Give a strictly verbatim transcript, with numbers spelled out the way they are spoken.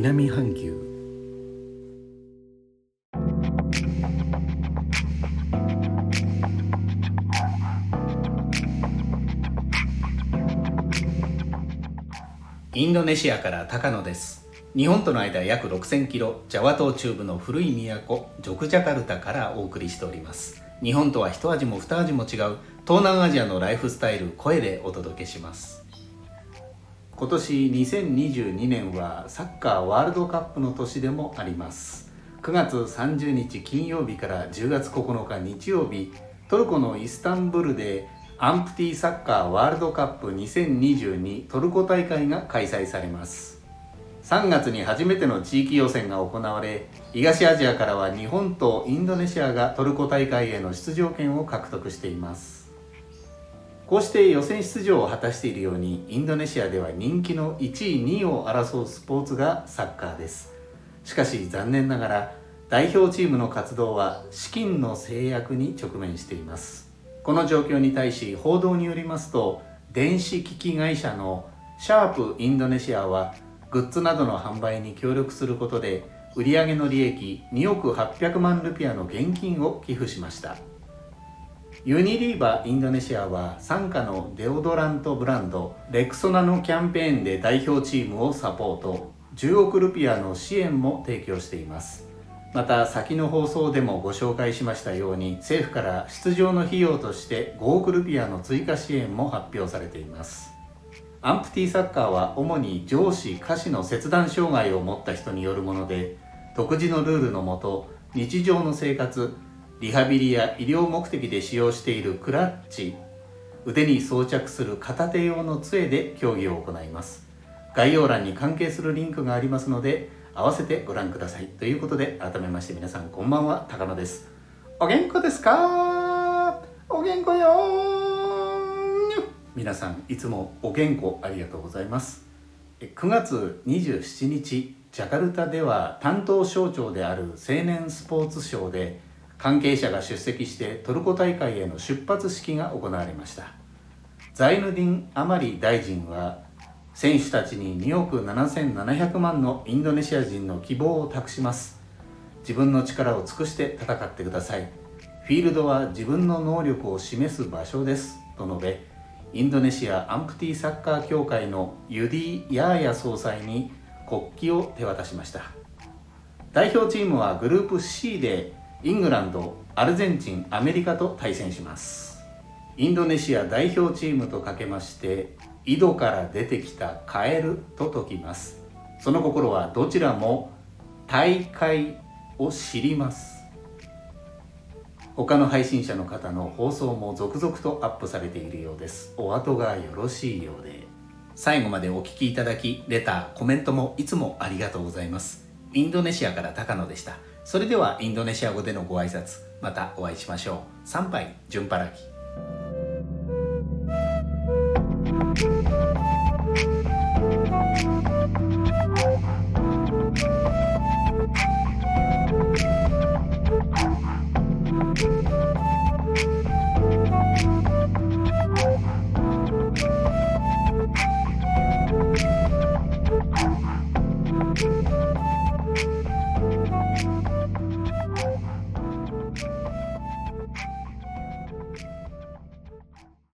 南半球。インドネシアから高野です。日本との間約ろくせんキロ、ジャワ島中部の古い都ジョクジャカルタからお送りしております。日本とは一味も二味も違う東南アジアのライフスタイル、声でお届けします。今年にせんにじゅうにねんはサッカーワールドカップの年でもあります。くがつさんじゅうにち金曜日からじゅうがつここのか日曜日、トルコのイスタンブールでアンプティサッカーワールドカップにせんにじゅうにトルコ大会が開催されます。さんがつに初めての地域予選が行われ、東アジアからは日本とインドネシアがトルコ大会への出場権を獲得しています。こうして予選出場を果たしているように、インドネシアでは人気のいちいにいを争うスポーツがサッカーです。しかし残念ながら代表チームの活動は資金の制約に直面しています。この状況に対し報道によりますと、電子機器会社のシャープインドネシアはグッズなどの販売に協力することで、売上の利益におくはっぴゃくまんルピアの現金を寄付しました。ユニリーバインドネシアは傘下のデオドラントブランドレクソナのキャンペーンで代表チームをサポート、じゅうおくルピアの支援も提供しています。また先の放送でもご紹介しましたように、政府から出場の費用としてごおくルピアの追加支援も発表されています。アンプティサッカーは主に上肢下肢の切断障害を持った人によるもので、独自のルールのもと日常の生活、リハビリや医療目的で使用しているクラッチ、腕に装着する片手用の杖で競技を行います。概要欄に関係するリンクがありますので、合わせてご覧ください。ということで、改めまして皆さんこんばんは、高野です。お元気ですか？お元気よー。皆さんいつもお元気ありがとうございます。くがつにじゅうしちにち、ジャカルタでは担当省庁である青年スポーツ省で関係者が出席してトルコ大会への出発式が行われました。ザイヌディン・アマリ大臣は選手たちににおくななせんななひゃくまんのインドネシア人の希望を託します。自分の力を尽くして戦ってください。フィールドは自分の能力を示す場所ですと述べ、インドネシアアンプティサッカー協会のユディ・ヤーヤ総裁に国旗を手渡しました。代表チームはグループ シー でイングランド、アルゼンチン、アメリカと対戦します。インドネシア代表チームとかけまして、井戸から出てきたカエルと解きます。その心はどちらも大会を知ります。他の配信者の方の放送も続々とアップされているようです。お後がよろしいようで。最後までお聞きいただき、レター、コメントもいつもありがとうございます。インドネシアから高野でした。それではインドネシア語でのご挨拶、またお会いしましょう。参拝、順パラキ。